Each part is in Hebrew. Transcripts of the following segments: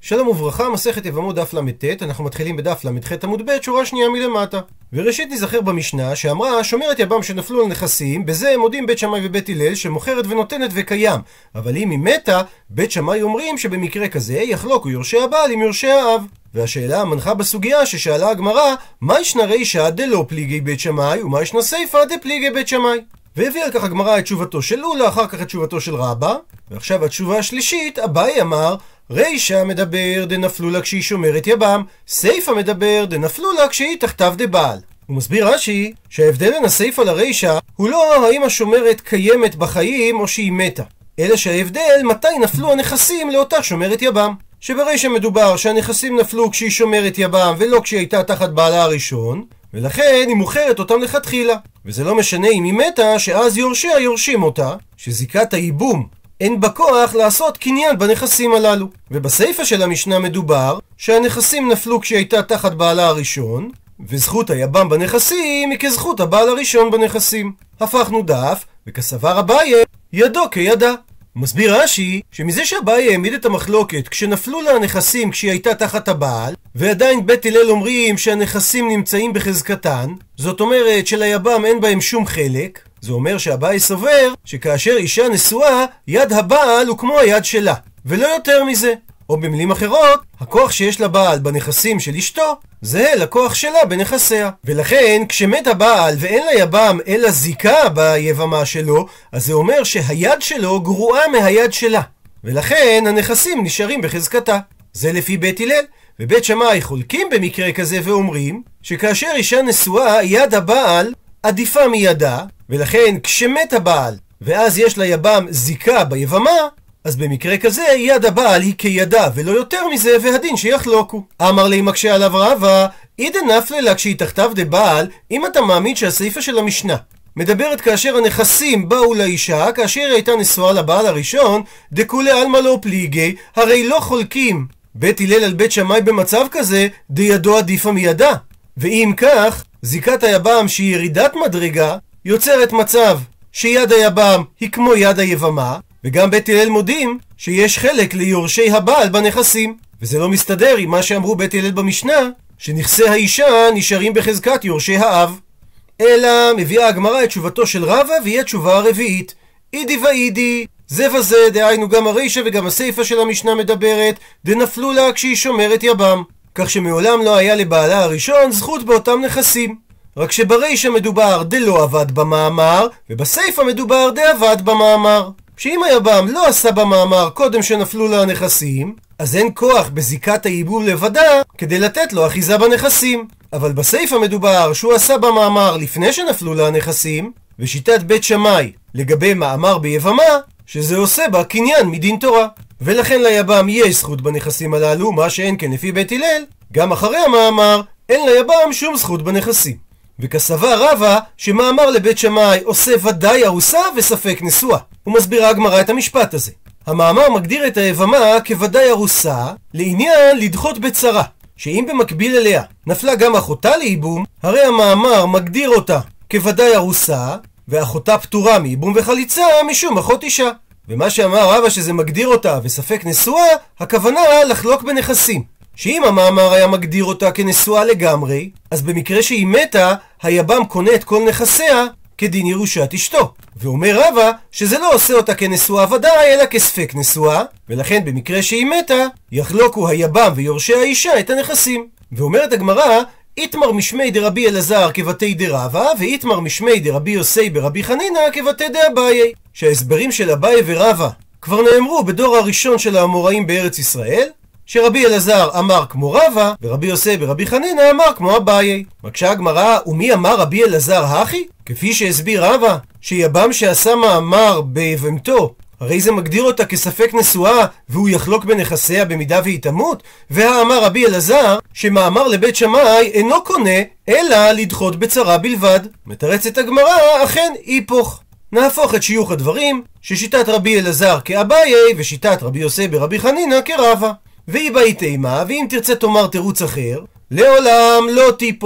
שלום וברכה, מסכת יבמות דף ל"ט, אנחנו מתחילים בדף ל"ח עמוד ב', שורה שנייה מלמטה. וראשית נזכר במשנה שאמרה, שומרת יבם שנפלו על נכסים, בזה מודים בית שמאי ובית הלל שמוכרת ונותנת וקיים. אבל אם היא מתה, בית שמאי אומרים שבמקרה כזה יחלוקו יורשי הבעל עם יורשי האב. והשאלה המנחה בסוגיה ששאלה הגמרא, מה ישנה רישא דלא פליגי בית שמאי ומה ישנה סיפא דפליגי בית שמאי? והביא על כך הגמרא את תשובתו של לולה, אחר כך את תשובתו של רבא. ועכשיו התשובה השלישית, אביי אמר, רישא מדבר דנפלו לה כשהיא שומרת יבם, סיפא מדבר דנפלו לה כשהיא תחתיו דבעל. הוא מסביר רש"י שההבדל בין הסיפא לרישא הוא לא האם השומרת קיימת בחיים או שהיא מתה, אלא שההבדל מתי נפלו הנכסים לאותה שומרת יבם. שברישא מדובר שהנכסים נפלו כשהיא שומרת יבם ולא כשהיא הייתה תחת בעלה הראשון, ולכן היא מוכרת אותם לכתחילה. וזה לא משנה אם היא מתה, שאז יורשיה יורשים אותה, שזיקת הייבום אין בכוח לעשות קניין בנכסים הללו. ובסיפא של המשנה מדובר שהנכסים נפלו כשהיא הייתה תחת בעלה הראשון, וזכות היבם בנכסים היא כזכות הבעל הראשון בנכסים. הפכנו דף, וכסבר אביי ידו כידה. הוא מסביר רש"י שמזה שאביי העמיד את המחלוקת כשנפלו לה הנכסים כשהיא הייתה תחת הבעל, ועדיין בית הלל אומרים שהנכסים נמצאים בחזקתן, זאת אומרת שליבם אין בהם שום חלק, זה אומר שאביי סובר שכאשר אישה נשואה, יד הבעל הוא כמו היד שלה, ולא יותר מזה. או במילים אחרות, הכוח שיש לבעל בנכסים של אשתו זהה לכוח שלה בנכסיה. ולכן כשמת הבעל ואין ליבם אלא זיקה ביבמה שלו, אז זה אומר שהיד שלו גרועה מהיד שלה, ולכן הנכסים נשארים בחזקתה. זה לפי בית הלל. ובית שמאי חולקים במקרה כזה ואומרים שכאשר אישה נשואה, יד הבעל עדיפה מידה, ולכן כשמת הבעל ואז יש ליבם זיקה ביבמה, אז במקרה כזה יד הבעל היא כידה ולא יותר מזה, והדין שיחלוקו. אמר לי מקשה עליו רבא, אידא נפלה לה כשהיא תחתיו דבעל, אם אתה מאמין שהסיפא של המשנה מדברת כאשר הנכסים באו לאישה כאשר היא הייתה נשואה לבעל הראשון, דכולי עלמא לא פליגי, הרי לא חולקים בית הלל על בית שמאי במצב כזה דידו עדיפה מידה. ואם כך, זיקת היבם שהיא ירידת מדרגה יוצרת מצב שיד היבם היא כמו יד היבמה, וגם בית הלל מודים שיש חלק ליורשי הבעל בנכסים. וזה לא מסתדר עם מה שאמרו בית הלל במשנה שנכסי האישה נשארים בחזקת יורשי האב. אלא מביאה הגמרא את תשובתו של רבא, והיא התשובה הרביעית, אידי ואידי, זה וזה, דהיינו גם הרישא וגם הסיפא של המשנה מדברת דנפלו לה כשהיא שומרת יבם, כך שמעולם לא היה לבעלה הראשון זכות באותם נכסים, רק שברישא מדובר דלא עבד במאמר, ובסיפא מדובר דעבד במאמר. שאם היבם לא עשה במאמר קודם שנפלו לה הנכסים, אז אין כוח בזיקת הייבום לבדה כדי לתת לו אחיזה בנכסים. אבל בסיפא מדובר שהוא עשה במאמר לפני שנפלו לה הנכסים, ושיטת בית שמאי לגבי מאמר ביבמה שזה עושה בה קניין מדין תורה, ולכן ליבם יש זכות בנכסים הללו, מה שאין כן לפי בית הלל, גם אחרי המאמר אין ליבם שום זכות בנכסים. וכסבר רבא שמאמר לבית שמאי עושה ודאי ארוסה וספק נשואה. הוא מסביר הגמרא את המשפט הזה. המאמר מגדיר את היבמה כוודאי ארוסה לעניין לדחות בצרה, שאם במקביל אליה נפלה גם אחותה לייבום, הרי המאמר מגדיר אותה כוודאי ארוסה, ואחותה פטורה מייבום וחליצה משום אחות אישה. ומה שאמר רבא שזה מגדיר אותה וספק נשואה, הכוונה לחלוק בנכסים, שאם המאמר היה מגדיר אותה כנשואה לגמרי, אז במקרה שהיא מתה, היבם קונה את כל נכסיה כדין ירושת אשתו. ואומר רבא שזה לא עושה אותה כנשואה ודאי, אלא כספק נשואה, ולכן במקרה שהיא מתה, יחלוקו היבם ויורשי האישה את הנכסים. ואומרת הגמרא, איתמר משמי דרבי אלעזר כבתי דרבא, ואיתמר משמי דרבי יוסי ברבי חנינא כבתי דאביי. שההסברים של אביי ורבא כבר נאמרו בדור הראשון של האמוראים בארץ ישראל, שרבי אלעזר אמר כמו רבא, ורבי יוסי ברבי חנינא אמר כמו אביי. מקשה הגמרא, ומי אמר רבי אלעזר הכי? כפי שהסביר רבא, שיבם שעשה מאמר ביבמתו, הרי זה מגדיר אותה כספק נשואה, והוא יחלוק בנכסיה במידה והיא תמות. והאמר רבי אלעזר שמאמר לבית שמאי אינו קונה אלא לדחות בצרה בלבד. מתרצת הגמרא, אכן היפוך. נהפוך את שיוך הדברים, ששיטת רבי אלעזר כאביי ושיטת רבי יוסי ברבי חנינא כרבא. והיא באי תימה, ואם תרצה תאמר תירוץ אחר, לעולם לא תיפוך.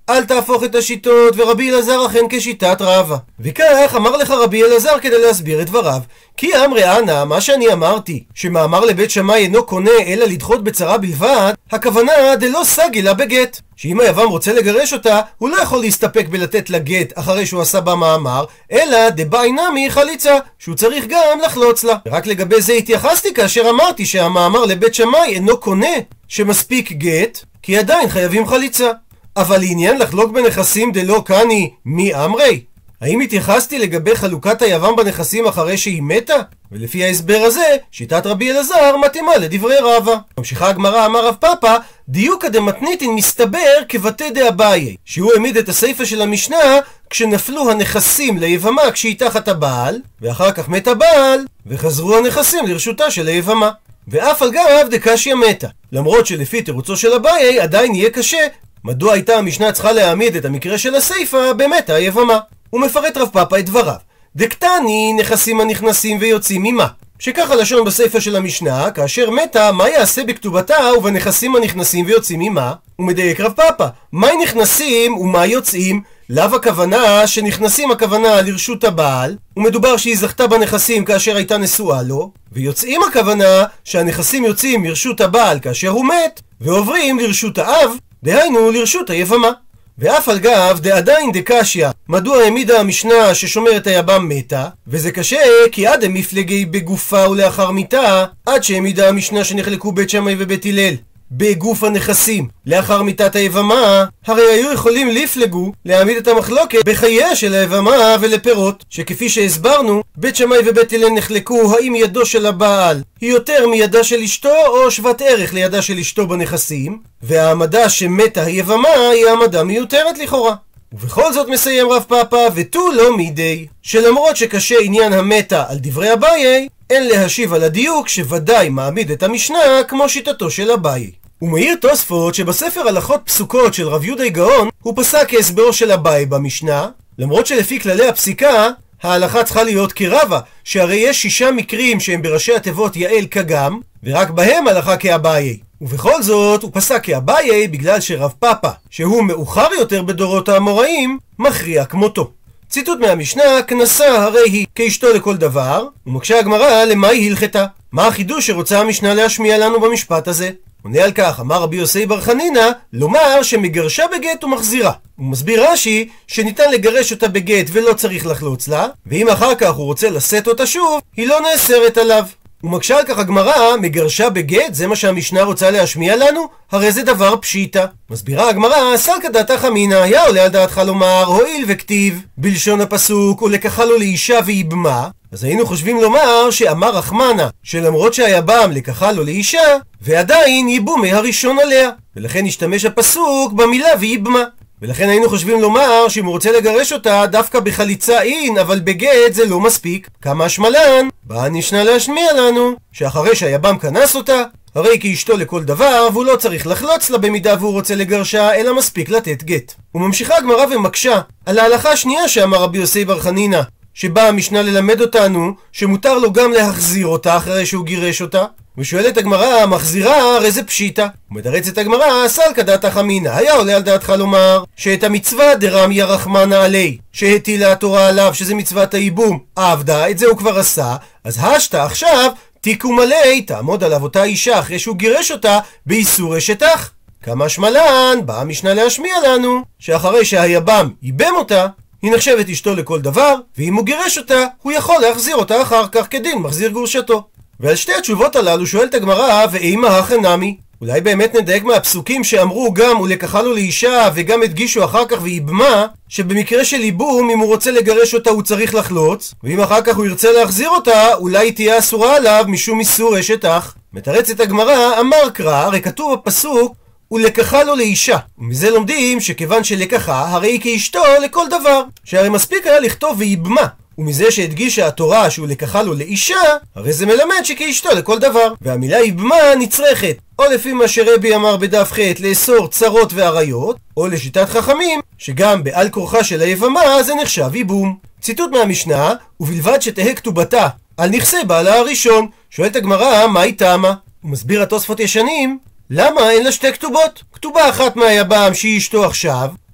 אל תהפוך את השיטות, ורבי אלעזר אכן כשיטת רבא. וכך אמר לך רבי אלעזר כדי להסביר את דבריו. כי אמרי אנא, מה שאני אמרתי, שמאמר לבית שמאי אינו קונה אלא לדחות בצרה בלבד, הכוונה דלא סגי לה בגט. שאם היבם רוצה לגרש אותה, הוא לא יכול להסתפק בלתת לה גט אחרי שהוא עשה בה מאמר, אלא דבאי נמי חליצה, שהוא צריך גם לחלוץ לה. רק לגבי זה התייחסתי כאשר אמרתי שהמאמר לבית שמאי אינו קונה שמספיק גט, כי עדיין חייבים חליצה. אבל לעניין לחלוק בנכסים דלא קני, מי אמרי? האם התייחסתי לגבי חלוקת היבם בנכסים אחרי שהיא מתה? ולפי ההסבר הזה, שיטת רבי אלעזר מתאימה לדברי רבא. ממשיכה הגמרא, אמר רב פאפא, דיוקא דמתניתין מסתבר כבתי דאביי, שהוא העמיד את הסיפא של המשנה כשנפלו הנכסים ליבמה כשהיא תחת הבעל, ואחר כך מת הבעל, וחזרו הנכסים לרשותה של היבמה. ואף על גב דקשיא מתה, למרות שלפי תירוצו של אביי עדיין יהיה קשה מדוע הייתה המשנה צריכה להעמיד את המקרה של הסיפא במתה היבמה. הוא מפרט רב פאפא את דבריו. דקטני נכסים הנכנסים ויוצאים ממה, שכך הלשון בסיפא של המשנה, כאשר מתה מה יעשה בכתובתה ובנכסים הנכנסים ויוצאים ממה? הוא מדייק רב פאפא, מה נכנסים ומה יוצאים? לאו הכוונה שנכנסים הכוונה לרשות הבעל, ומדובר שהיא זכתה בנכסים כאשר הייתה נשואה לו, ויוצאים הכוונה שהנכסים יוצאים מרשות הבעל כאשר הוא מת, ועוברים לרשות האב, דהיינו לרשות היבמה. ואף על גב דעדיין דקשיא, מדוע העמידה המשנה ששומרת היבם מתה? וזה קשה כי עד המפלגי בגופה ולאחר מיתה, עד שהעמידה המשנה שנחלקו בית שמאי ובית הלל בגוף הנכסים לאחר מיתת היבמה, הרי היו יכולים לפלגו להעמיד את המחלוקת בחייה של היבמה ולפירות, שכפי שהסברנו, בית שמאי ובית הלל נחלקו האם ידו של הבעל היא יותר מידה של אשתו או שוות ערך לידה של אשתו בנכסים, והעמדה שמתה היבמה היא העמדה מיותרת לכאורה. ובכל זאת מסיים רב פאפא, ותו לא מידי, שלמרות שקשה עניין המתה על דברי אביי, אין להשיב על הדיוק שוודאי מעמיד את המשנה כמו שיטתו של אביי. ומעיר תוספות שבספר הלכות פסוקות של רב יהודה גאון הוא פסק כהסברו של אביי במשנה, למרות שלפי כללי הפסיקה ההלכה צריכה להיות כרבא, שהרי יש 6 מקרים שהם בראשי התיבות יעל כגם, ורק בהם הלכה כאביי. ובכל זאת הוא פסק כאביי בגלל שרב פאפא, שהוא מאוחר יותר בדורות האמוראים, מכריע כמותו. ציטוט מהמשנה, כנסה הרי היא כאשתו לכל דבר, ומקשה הגמרא למה היא הלכתה. מה החידוש שרוצה המשנה להשמיע לנו במשפט הזה? עונה על כך, אמר רבי יוסי בר חנינא, לומר שמגרשה בגט ומחזירה. הוא מסביר רש"י שניתן לגרש אותה בגט ולא צריך לחלוץ לה, ואם אחר כך הוא רוצה לשאת אותה שוב, היא לא נאסרת עליו. ומקשה על כך הגמרא, מגרשה בגט, זה מה שהמשנה רוצה להשמיע לנו? הרי זה דבר פשיטה. מסבירה הגמרא, סלקא דעתך אמינא, היה עולה על דעתך לומר, הואיל וכתיב בלשון הפסוק ולקחה לו לאישה ויבמה, אז היינו חושבים לומר שאמר רחמנה, שלמרות שהיבם לקחה לו לאישה, ועדיין ייבומי הראשון עליה, ולכן השתמש הפסוק במילה ויבמה. ולכן היינו חושבים לומר שאם הוא רוצה לגרש אותה דווקא בחליצה אין, אבל בגט זה לא מספיק. כמה השמלן, באה המשנה להשמיע לנו שאחרי שהיבם כנס אותה, הרי כאשתו לכל דבר, והוא לא צריך לחלוץ לה במידה והוא רוצה לגרשה, אלא מספיק לתת גט. וממשיכה הגמרא ומקשה על ההלכה השנייה שאמר רבי יוסי בר חנינא, שבאה המשנה ללמד אותנו שמותר לו גם להחזיר אותה אחרי שהוא גירש אותה. ושואלת הגמרא, מחזירה הרי זה פשיטה. ומתרצת הגמרא, סלקא דעתך אמינא, היה עולה על דעתך לומר שאת המצווה דרמיה רחמנא עלי, שהטילה התורה עליו שזה מצוות הייבום, עבדה, את זה הוא כבר עשה, אז השתה עכשיו תיקום עלי, תעמוד עליו אותה אישה אחרי שהוא גירש אותה באיסור אשתך. כמה שמלן, באה המשנה להשמיע לנו שאחרי שהיבם ייבם אותה, היא נחשבת אשתו לכל דבר, ואם הוא גירש אותה, הוא יכול להחזיר אותה אחר כך כדין מחזיר גרושתו. ועל שתי התשובות הללו שואלת הגמרא, ואימא הכי נמי? אולי באמת נדייק מהפסוקים שאמרו גם ולקחה לו לאישה וגם הדגישו אחר כך ויבמה, שבמקרה של ייבום אם הוא רוצה לגרש אותה הוא צריך לחלוץ, ואם אחר כך הוא ירצה להחזיר אותה אולי תהיה אסורה עליו משום איסור אשת אח. מתרצת הגמרא, אמר קרא, הרי כתוב בפסוק ולקחה לו לאישה, ומזה לומדים שכיוון שלקחה הרי היא כאשתו לכל דבר, שהרי מספיק היה לכתוב ויבמה, ומזה שהדגישה התורה שהוא לקחה לו לאישה, הרי זה מלמד שכאשתו לכל דבר. והמילה יבמה נצרכת, או לפי מה שרבי אמר בדף ח' לאסור צרות ועריות, או לשיטת חכמים, שגם בעל כורחה של היבמה זה נחשב ייבום. ציטוט מהמשנה, ובלבד שתהא כתובתה על נכסי בעלה הראשון. שואלת הגמרא, מה היא טעמה? ומסביר התוספות ישנים, למה אין לה שתי כתובות? כתובה אחת מהיבם שהיא אשתו עכשיו,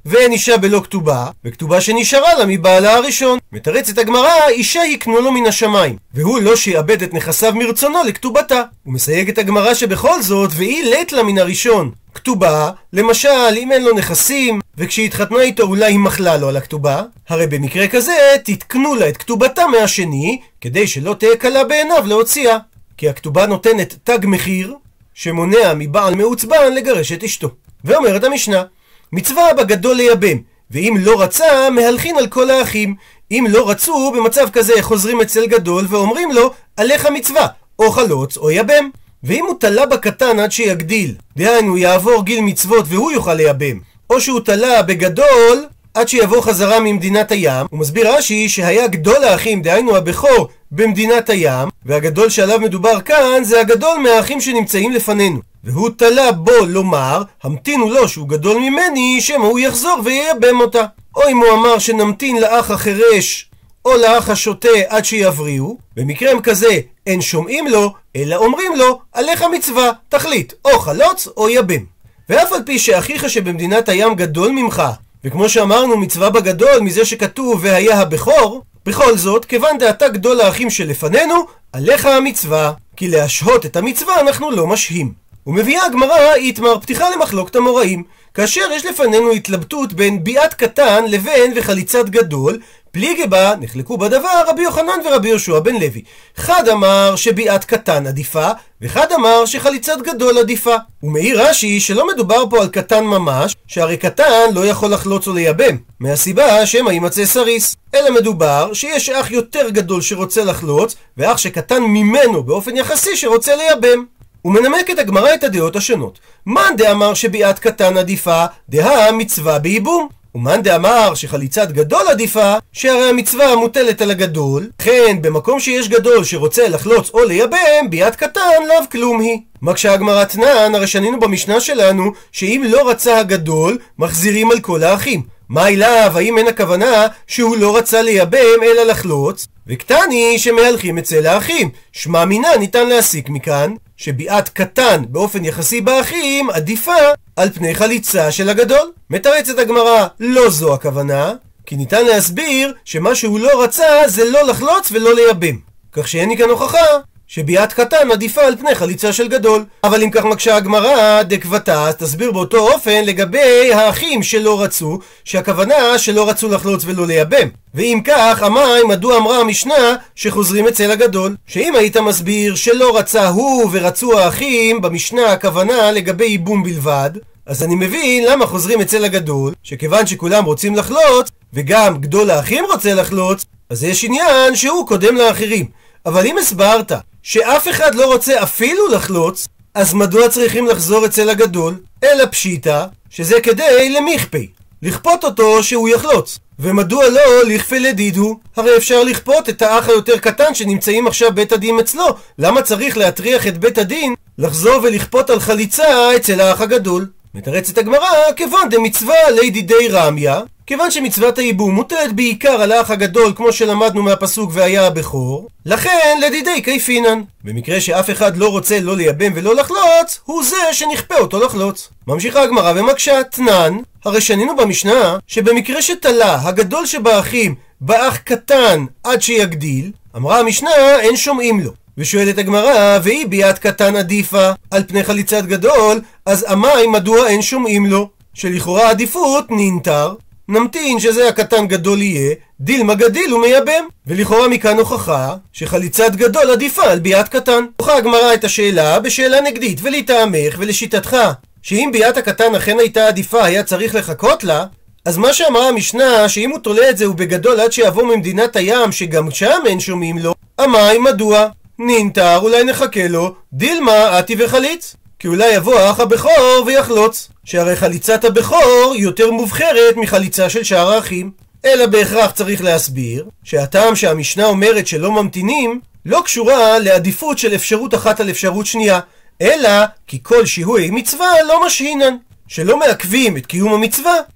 ואין אישה בלא כתובה, וכתובה שנשארה לה מבעלה הראשון. מתרצת הגמרא, אישה יקנו לו מן השמיים, והוא לא שיאבד את נכסיו מרצונו לכתובתה. ומסייגת הגמרא שבכל זאת, והיא לית לה מן הראשון כתובה, למשל אם אין לו נכסים וכשהתחתנה איתו אולי היא מחלה לו על הכתובה, הרי במקרה כזה תתקנו לה את כתובתה מהשני, כדי שלא תהיה קלה בעיניו להוציאה, כי הכתובה נותנת תג מחיר שמונע מבעל מעוצבן לגרש את אשתו. ואומרת המשנה, מצווה בגדול לייבם, ואם לא רצה מהלכין על כל האחים. אם לא רצו, במצב כזה חוזרים אצל גדול ואומרים לו, עליך מצווה, או חלוץ או יבם. ואם הוא תלה בקטן עד שיגדיל, דהיינו יעבור גיל מצוות והוא יוכל לייבם, או שהוא תלה בגדול עד שיבוא חזרה ממדינת הים, הוא מסביר רש"י שהיה גדול האחים, דהיינו הבכור, במדינת הים, והגדול שעליו מדובר כאן זה הגדול מהאחים שנמצאים לפנינו, והוא תלה בו לומר, המתינו לו שהוא גדול ממני, שמא הוא יחזור וייבם אותה. או אם הוא אמר שנמתין לאח החירש או לאח השוטה עד שיבריאו, במקרה כזה אין שומעים לו, אלא אומרים לו, עליך מצווה, תחליט, או חלוץ או יבם. ואף על פי שאחיך שבמדינת הים גדול ממך, וכמו שאמרנו מצווה בגדול מזה שכתוב והיה הבכור, בכל זאת, כיוון דעתה גדול האחים שלפנינו, עליך המצווה, כי להשהות את המצווה אנחנו לא משהים. ומביאה הגמרא איתמר פתיחה למחלוקת המוראים, כאשר יש לפנינו התלבטות בין ביאת קטן לבין וחליצת גדול, פליגי בה נחלקו בדבר רבי יוחנן ורבי יהושע בן לוי. אחד אמר שביאת קטן עדיפה, ואחד אמר שחליצת גדול עדיפה. ומעיר רש"י שלא מדובר פה על קטן ממש, שהרי קטן לא יכול לחלוץ או לייבם, מהסיבה שמא יימצא סריס, אלא מדובר שיש אח יותר גדול שרוצה לחלוץ, ואח שקטן ממנו באופן יחסי שרוצה לייבם. ומנמקת הגמרא את הדעות השונות. מאן דאמר שביאת קטן עדיפה, דהה מצווה בייבום. ומאן דאמר שחליצת גדול עדיפה, שהרי המצווה מוטלת על הגדול, כן במקום שיש גדול שרוצה לחלוץ או לייבם, ביאת קטן לאו כלום היא. מקשה הגמרא תנן, הרי שנינו במשנה שלנו שאם לא רצה הגדול, מחזירים על כל האחים. מה אליו, האם אין הכוונה שהוא לא רצה לייבם אלא לחלוץ? וקטני שמהלכים אצל האחים. שמע מינה ניתן להסיק מכאן שביאת קטן באופן יחסי באחים עדיפה על פני חליצה של הגדול. מתרצת הגמרא, לא זו הכוונה, כי ניתן להסביר שמה שהוא לא רצה זה לא לחלוץ ולא לייבם, כך שאין לי כאן הוכחה שביאת קטן עדיפה על פני חליצה של גדול. אבל אם כך מקשה הגמרא דקבתה, אז תסביר באותו אופן לגבי האחים שלא רצו, שהכוונה שלא רצו לחלוץ ולא לייבם. ואם כך, אמי מדוע אמרה המשנה שחוזרים אצל הגדול? שאם היית מסביר שלא רצה הוא ורצו האחים, במשנה הכוונה לגבי ייבום בלבד, אז אני מבין למה חוזרים אצל הגדול, שכיוון שכולם רוצים לחלוץ וגם גדול האחים רוצה לחלוץ, אז יש עניין שהוא קודם לאחרים. אבל אם הסברת שאף אחד לא רוצה אפילו לחלוץ, אז מדוע צריכים לחזור אצל הגדול? אלא פשיטה שזה כדי למכפי, לכפות אותו שהוא יחלוץ. ומדוע לא לכפה לדידו? הרי אפשר לכפות את האח היותר קטן שנמצאים עכשיו בית הדין אצלו. למה צריך להטריח את בית הדין לחזור ולכפות על חליצה אצל האח הגדול? מתרצת הגמרא, כיוון דמצווה לידידי רמיה, כיוון שמצוות הייבום מוטלת בעיקר על האח הגדול כמו שלמדנו מהפסוק והיה הבכור, לכן לדידי כיפינן. במקרה שאף אחד לא רוצה לא לייבם ולא לחלוץ, הוא זה שנכפה אותו לחלוץ. ממשיכה הגמרא ומקשה תנן, הרי שנינו במשנה שבמקרה שתלה הגדול שבאחים באח קטן עד שיגדיל, אמרה המשנה אין שומעים לו. ושואלת הגמרא, והיא ביאת קטן עדיפה על פני חליצת גדול, אז אמי מדוע אין שומעים לו? שלכאורה עדיפות נינתר, נמתין שזה הקטן גדול יהיה, דילמה גדיל ומייבם. ולכאורה מכאן הוכחה שחליצת גדול עדיפה על ביאת קטן. הוכחה הגמרא את השאלה בשאלה נגדית, ולטעמך ולשיטתך שאם ביאת הקטן אכן הייתה עדיפה היה צריך לחכות לה, אז מה שאמרה המשנה שאם הוא תולה את זה הוא בגדול עד שיבוא ממדינת הים שגם שם אין שומעים לו, אמי מדוע? נינתר, אולי נחכה לו, דילמה עתי וחליץ, כי אולי יבוא האח הבכור ויחלוץ, שהרי חליצת הבכור יותר מובחרת מחליצה של שאר האחים. אלא בהכרח צריך להסביר שהטעם שהמשנה אומרת שלא ממתינים לא קשורה לעדיפות של אפשרות אחת על אפשרות שנייה, אלא כי כל שיהוי מצווה לא משהינן, שלא מעכבים את קיום המצווה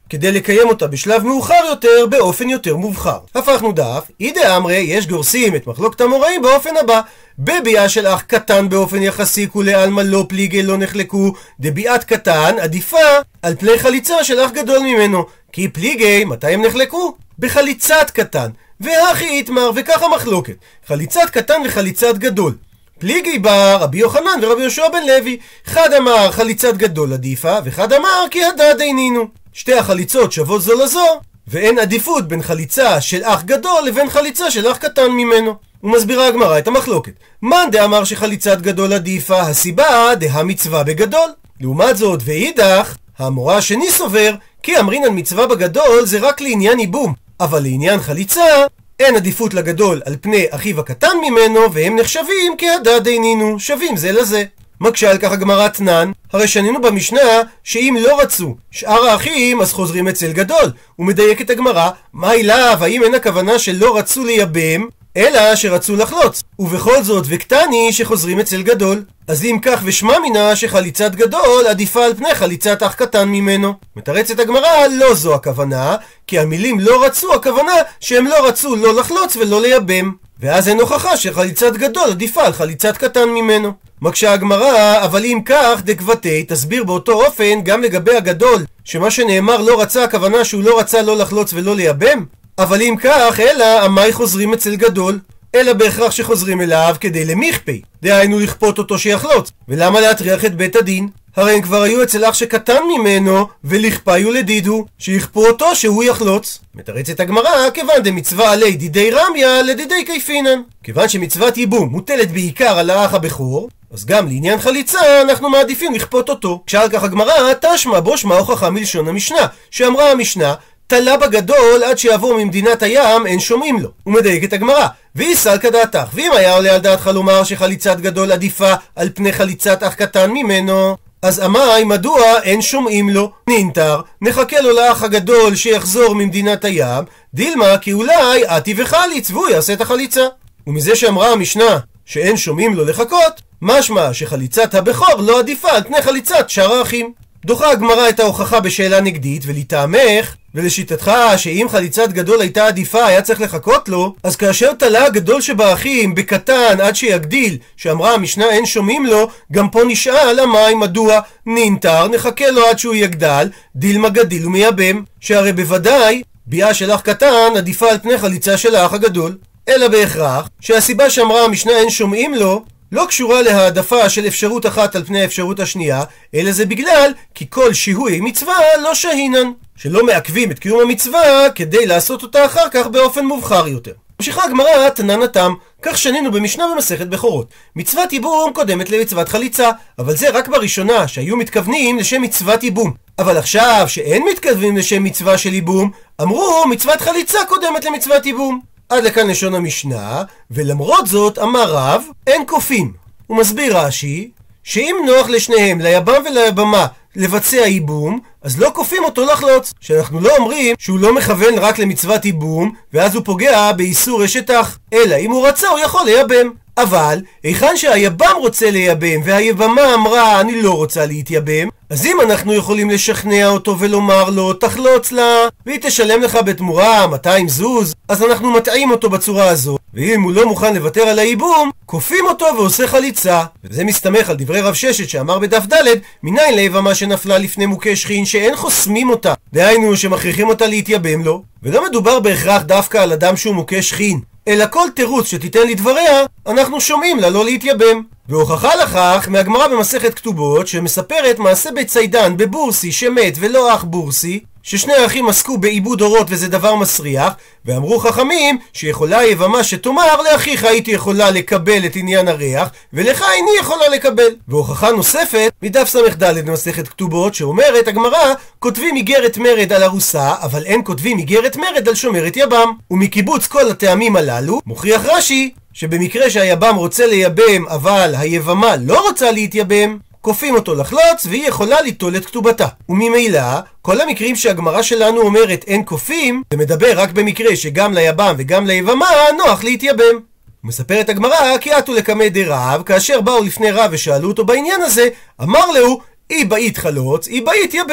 כדי לקיים אותה בשלב מאוחר יותר באופן יותר מובחר. הפכנו דף, אידה אמרי, יש גורסים את מחלוקת המוראים באופן הבא: בביאה של אח קטן באופן יחסי כולי עלמא לא פליגי לא נחלקו, דביאת קטן עדיפה על פני חליצה של אח גדול ממנו. כי פליגי, מתי הם נחלקו? בחליצת קטן. והכי יתמר, וככה מחלוקת, חליצת קטן וחליצת גדול. פליגי בר רבי יוחנן ורבי יהושע בן לוי, אחד אמר חליצת גדול עדיפה, ואחד אמר כי הדד אינינו. שתי החליצות שוות זו לזו, ואין עדיפות בין חליצה של אח גדול לבין חליצה של אח קטן ממנו. ומסבירה הגמרא את המחלוקת. מאן דאמר שחליצת גדול עדיפה, הסיבה דהמצווה בגדול. לעומת זאת, ואידך, המורה השני סובר כי אמרינן מצווה בגדול זה רק לעניין ייבום, אבל לעניין חליצה אין עדיפות לגדול על פני אחיו הקטן ממנו, והם נחשבים כהדד אינינו, שווים זה לזה. מקשה על כך הגמרא תנן, הרי שנינו במשנה שאם לא רצו שאר האחים אז חוזרים אצל גדול. ומדייק את הגמרא, מה אליו, האם אין הכוונה שלא רצו לייבם אלא שרצו לחלוץ, ובכל זאת וקטני שחוזרים אצל גדול. אז אם כך ושמע מינה שחליצת גדול עדיפה על פני חליצת אח קטן ממנו. מתרצת הגמרא, לא זו הכוונה, כי המילים לא רצו, הכוונה שהם לא רצו לא לחלוץ ולא לייבם, ואז אין הוכחה שחליצת גדול עדיפה על חליצת קטן ממנו. מקשה הגמרא, אבל אם כך דקבתי, תסביר באותו אופן גם לגבי הגדול, שמה שנאמר לא רצה, הכוונה שהוא לא רצה לא לחלוץ ולא לייבם. אבל אם כך, אלא עמי חוזרים אצל גדול? אלא בהכרח שחוזרים אליו כדי למכפי, דהיינו לכפות אותו שיחלוץ. ולמה להטריח את בית הדין? הרי הם כבר היו אצל אח שקטן ממנו, ולכפיו לדידו, שיכפו אותו שהוא יחלוץ. מתרצת הגמרא, כיוון דמצווה עלי דידי רמיה לדידי כיפינן. כיוון שמצוות ייבום מוטלת בעיקר על האח הבכור, אז גם לעניין חליצה אנחנו מעדיפים לכפות אותו. כשעל כך הגמרא, תשמע בו שמע הוכחה מלשון המשנה, שאמרה המשנה, תלה בגדול עד שיעבור ממדינת הים אין שומעים לו. הוא מדייק את הגמרא, ויסל כדעתך, ואם היה עולה על דעתך לומר שחליצת גדול עדיפה על פני חליצת אח קטן ממנו, אז אמי מדוע אין שומעים לו? נינתר, נחכה לו לאח הגדול שיחזור ממדינת הים, דילמה כי אולי עתי וחליץ והוא יעשה את החליצה. ומזה שאמרה המשנה שאין שומעים לו לחכות, משמע שחליצת הבכור לא עדיפה על פני חליצת שאר האחים. דוחה הגמרא את ההוכחה בשאלה נגדית, ולטעמך ולשיטתך שאם חליצת גדול הייתה עדיפה היה צריך לחכות לו, אז כאשר תלה הגדול שבאחים בקטן עד שיגדיל, שאמרה המשנה אין שומעים לו, גם פה נשאל עמי מדוע נינתר, נחכה לו עד שהוא יגדל, דילמה גדיל ומייבם, שהרי בוודאי ביאה של אח קטן עדיפה על פני חליצה של האח הגדול. אלא בהכרח שהסיבה שאמרה המשנה אין שומעים לו לא קשורה להעדפה של אפשרות אחת על פני האפשרות השנייה, אלא זה בגלל כי כל שיהוי מצווה לא שהינן, שלא מעכבים את קיום המצווה כדי לעשות אותה אחר כך באופן מובחר יותר. ממשיכה הגמרא תנן התם, כך שנינו במשנה במסכת בכורות. מצוות ייבום קודמת למצוות חליצה, אבל זה רק בראשונה שהיו מתכוונים לשם מצוות ייבום. אבל עכשיו שאין מתכוונים לשם מצווה של ייבום, אמרו מצוות חליצה קודמת למצוות ייבום. עד לכאן לשון המשנה, ולמרות זאת אמר רב אין כופים. הוא מסביר רש"י שאם נוח לשניהם, ליבם וליבמה, לבצע ייבום, אז לא כופים אותו לחלוץ. שאנחנו לא אומרים שהוא לא מכוון רק למצוות ייבום ואז הוא פוגע באיסור אשת אח, אלא אם הוא רצה הוא יכול לייבם. אבל היכן שהיבם רוצה לייבם והיבמה אמרה אני לא רוצה להתייבם, אז אם אנחנו יכולים לשכנע אותו ולומר לו תחלוץ לה והיא תשלם לך בתמורה 200 זוז, אז אנחנו מטעים אותו בצורה הזו, ואם הוא לא מוכן לוותר על הייבום כופים אותו ועושה חליצה. וזה מסתמך על דברי רב ששת שאמר בדף ד' מניין ליבמה שנפלה לפני מוכה שכין שאין חוסמים אותה, דהיינו שמכריחים אותה להתייבם לו. ולא מדובר בהכרח דווקא על אדם שהוא מוכה שכין, אלא כל תירוץ שתיתן לדבריה אנחנו שומעים לה לא להתייבם. והוכחה לכך מהגמרא במסכת כתובות שמספרת מעשה בית ציידן בבורסי שמת ולא אח בורסי, ששני האחים עסקו בעיבוד אורות וזה דבר מסריח, ואמרו חכמים שיכולה יבמה שתאמר לאחיך הייתי יכולה לקבל את עניין הריח ולך איני יכולה לקבל. והוכחה נוספת מדף ס"ד במסכת כתובות שאומרת הגמרא כותבים איגרת מרד על ארוסה אבל אין כותבים איגרת מרד על שומרת יבם. ומקיבוץ כל הטעמים הללו מוכיח רש"י שבמקרה שהיבם רוצה לייבם אבל היבמה לא רוצה להתייבם כופים אותו לחלוץ והיא יכולה ליטול את כתובתה. וממילא כל המקרים שהגמרא שלנו אומרת אין כופים זה מדבר רק במקרה שגם ליבם וגם ליבמה נוח להתייבם. מספרת הגמרא כי עטו לקמא דרב, כאשר באו לפני רב ושאלו אותו בעניין הזה אמר לו אי באית חלוץ אי באית יבם.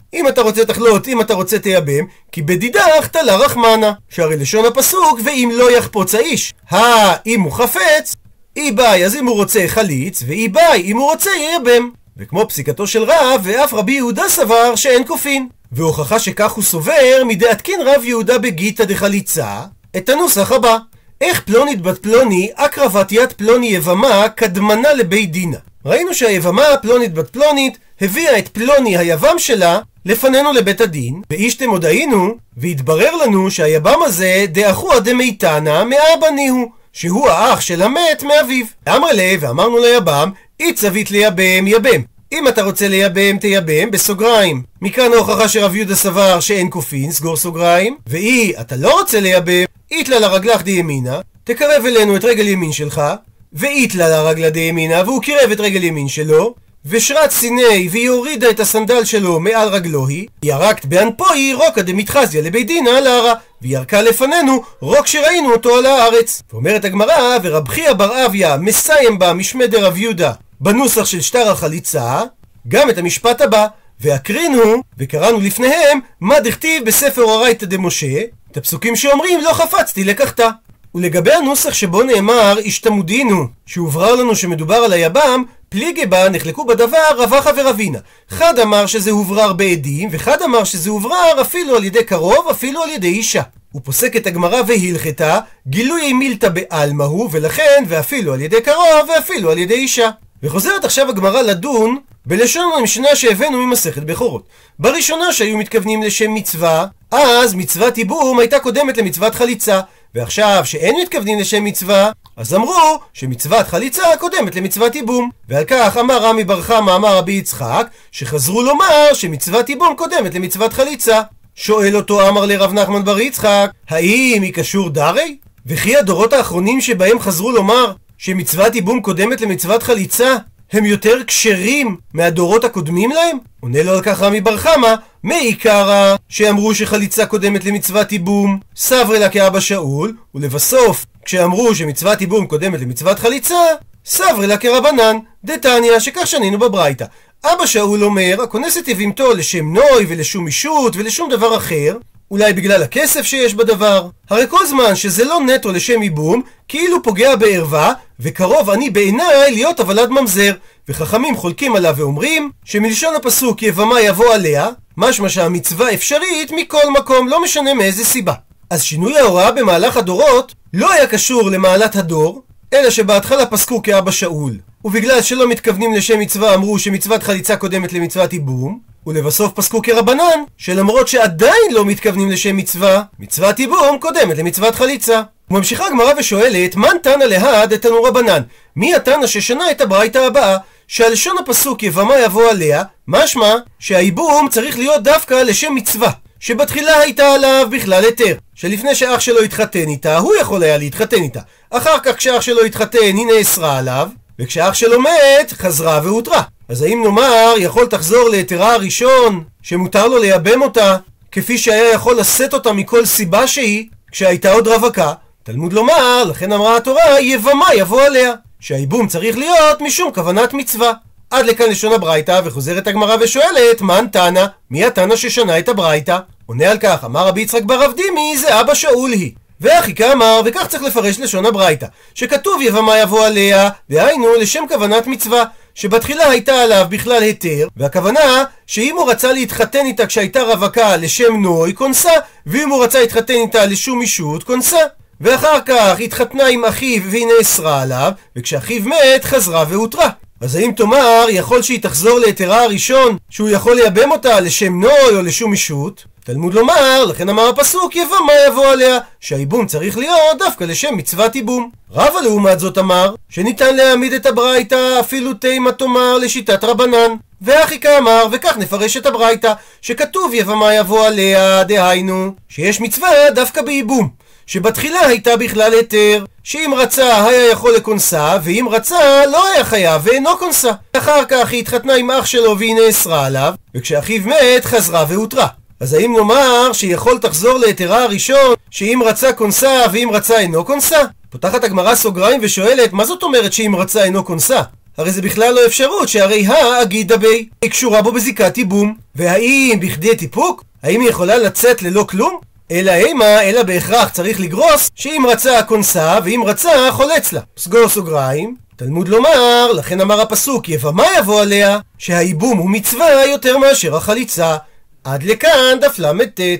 אם אתה רוצה תחלוט, אם אתה רוצה תייבם, כי בדידך תלה רחמנה. שהרי לשון הפסוק, ואם לא יחפוץ האיש. אם הוא חפץ, אי ביי, אז אם הוא רוצה חליץ, ואי ביי, אם הוא רוצה ייבם. וכמו פסיקתו של רב, ואף רבי יהודה סבר שאין כופין. והוכחה שכך הוא סובר, מדעתקין רב יהודה בגיתא דחליצה, את הנוסח הבא: איך פלונית בת פלוני, אקרבת יד פלוני יבמה, קדמנה לבית דינה. ראינו שהיבמה פלונית בת פלונית הביאה את פלוני היבם שלה לפנינו לבית הדין, ואישתם עוד היינו, והתברר לנו שהיבם הזה דאחוה דמיתנא מאבא ניהו, שהוא האח של המת מאביו. אמר לה, ואמרנו ליבם, אי צווית לייבם יבם. אם אתה רוצה לייבם תייבם בסוגריים. מכאן ההוכחה שרב יהודה סבר שאין כופין, סגור סוגריים. ואי אתה לא רוצה לייבם, איתלה לרגלך די ימינה, תקרב אלינו את רגל ימין שלך, ואיתלה לרגלה די ימינה, והוא קירב את רגל ימין שלו, ושרת סיני, והיא הורידה את הסנדל שלו מעל רגלוהי, ירקת באנפוי רוקא דמתחזיה לבית דינא להרע, וירקה לפנינו רוק שראינו אותו על הארץ. ואומרת הגמרא, ורב חייא בר אביה מסיים בה משמי דרב יהודה בנוסח של שטר החליצה, גם את המשפט הבא, והקרינו, וקראנו לפניהם, מה דכתיב בספר אורייתא דמשה, את הפסוקים שאומרים לא חפצתי לקחתה. ולגבי הנוסח שבו נאמר השתמודינו, שהוברר לנו שמדובר על היבם, פליגי בה נחלקו בדבר רבחה ורבינה. אחד אמר שזה הוברר בעדים, ואחד אמר שזה הוברר אפילו על ידי קרוב, אפילו על ידי אישה. הוא פוסק את הגמרא והלכתה, גילוי מילתא בעלמא הוא, ולכן ואפילו על ידי קרוב ואפילו על ידי אישה. וחוזרת עכשיו הגמרא לדון בלשון המשנה שהבאנו ממסכת בכורות. בראשונה שהיו מתכוונים לשם מצווה, אז מצוות ייבום הייתה קודמת למצוות חליצה, ועכשיו שאין מתכוונים לשם מצווה, אז אמרו שמצוות חליצה קודמת למצוות ייבום. ועל כך אמר רמי בר חמא אמר רבי יצחק, שחזרו לומר שמצוות ייבום קודמת למצוות חליצה. שואל אותו אמר לרב נחמן בר יצחק, האם היא קשור דרי? וכי הדורות האחרונים שבהם חזרו לומר שמצוות ייבום קודמת למצוות חליצה הם יותר כשרים מהדורות הקודמים להם? עונה לו על כך רמי בר חמא, מעיקרא שאמרו שחליצה קודמת למצוות ייבום סברי לה כאבא שאול, ולבסוף כשאמרו שמצוות ייבום קודמת למצוות חליצה סברי לה כרבנן, דתניא שכך שנינו בברייתא. אבא שאול אומר, הכונס את יבימתו לשם נוי ולשום אישות ולשום דבר אחר, אולי בגלל הכסף שיש בדבר. הרי כל זמן שזה לא נטו לשם ייבום, כאילו פוגע בערווה, וקרוב אני בעיניי להיות הוולד ממזר. וחכמים חולקים עליו ואומרים שמלשון הפסוק יבמה יבוא עליה, משמע שהמצווה אפשרית מכל מקום, לא משנה מאיזה סיבה. אז שינוי ההוראה במהלך הדורות לא היה קשור למעלת הדור, אלא שבהתחלה פסקו כאבא שאול, ובגלל שלא מתכוונים לשם מצווה אמרו שמצוות חליצה קודמת למצוות ייבום, ולבסוף פסקו כרבנן שלמרות שעדיין לא מתכוונים לשם מצווה, מצוות ייבום קודמת למצוות חליצה. וממשיכה הגמרא ושואלת, מן תנא להד דתנו רבנן? מי התנא ששנה את הברייתא הבאה, שעל לשון הפסוק יבמה יבוא עליה, משמע שהייבום צריך להיות דווקא לשם מצווה, שבתחילה הייתה עליו בכלל היתר, שלפני שאח שלו התחתן איתה הוא יכול היה להתחתן איתה, אחר כך כשאח שלו התחתן היא נאסרה עליו, וכשאח שלו מת חזרה והותרה. אז האם נאמר יכול תחזור ליתרה הראשון שמותר לו לייבם אותה כפי שהיה יכול לשאת אותה מכל סיבה שהיא כשהייתה עוד רווקה? תלמוד לומר, לכן אמרה התורה יבמה יבוא עליה, שהייבום צריך להיות משום כוונת מצווה. עד לכאן לשון הברייתא, וחוזרת הגמרא ושואלת, מן תנא? מי התנא ששנה את הברייתא? עונה על כך, אמר רבי יצחק בר רב דימי, זה אבא שאול היא. ואחי כאמר, וכך צריך לפרש לשון הברייתא, שכתוב יבמה יבוא עליה, דהיינו לשם כוונת מצווה, שבתחילה הייתה עליו בכלל היתר, והכוונה שאם הוא רצה להתחתן איתה כשהייתה רווקה לשם נוי, כונסה, ואם הוא רצה להתחתן איתה לשום אישות, כונסה. ואחר כך התחתנה עם אחיו והיא נאסרה עליו, וכשאחיו מת חזרה והותרה. אז האם תאמר יכול שהיא תחזור ליתרה הראשון שהוא יכול לייבם אותה לשם נוי או לשום אישות? תלמוד לומר, לכן אמר הפסוק יבמה יבוא עליה, שהייבום צריך להיות דווקא לשם מצוות ייבום. רבא לעומת זאת אמר שניתן להעמיד את הברייתא אפילו תימא תאמר לשיטת רבנן. ואחי כאמר, וכך נפרש את הברייתא, שכתוב יבמה יבוא עליה, דהיינו שיש מצווה דווקא בייבום, שבתחילה הייתה בכלל היתר, שאם רצה היה יכול לקונסה, ואם רצה לא היה חייב ואינו קונסה. אחר כך היא התחתנה עם אח שלו והיא נאסרה עליו, וכשאחיו מת חזרה והותרה. אז האם נאמר שיכול תחזור ליתרה הראשון, שאם רצה קונסה ואם רצה אינו קונסה? פותחת הגמרא סוגריים ושואלת, מה זאת אומרת שאם רצה אינו קונסה? הרי זה בכלל לא אפשרות, שהרי אגידה בי היא קשורה בו בזיקת ייבום. והאם בכדי טיפוק? האם היא יכולה לצאת ללא כלום? אלא אימה, אלא בהכרח צריך לגרוס שאם רצה כונסה ואם רצה חולץ לה. סגור סוגריים. תלמוד לומר, לכן אמר הפסוק יבמה יבוא עליה, שהייבום הוא מצווה יותר מאשר החליצה. עד לכאן דף ל"ט.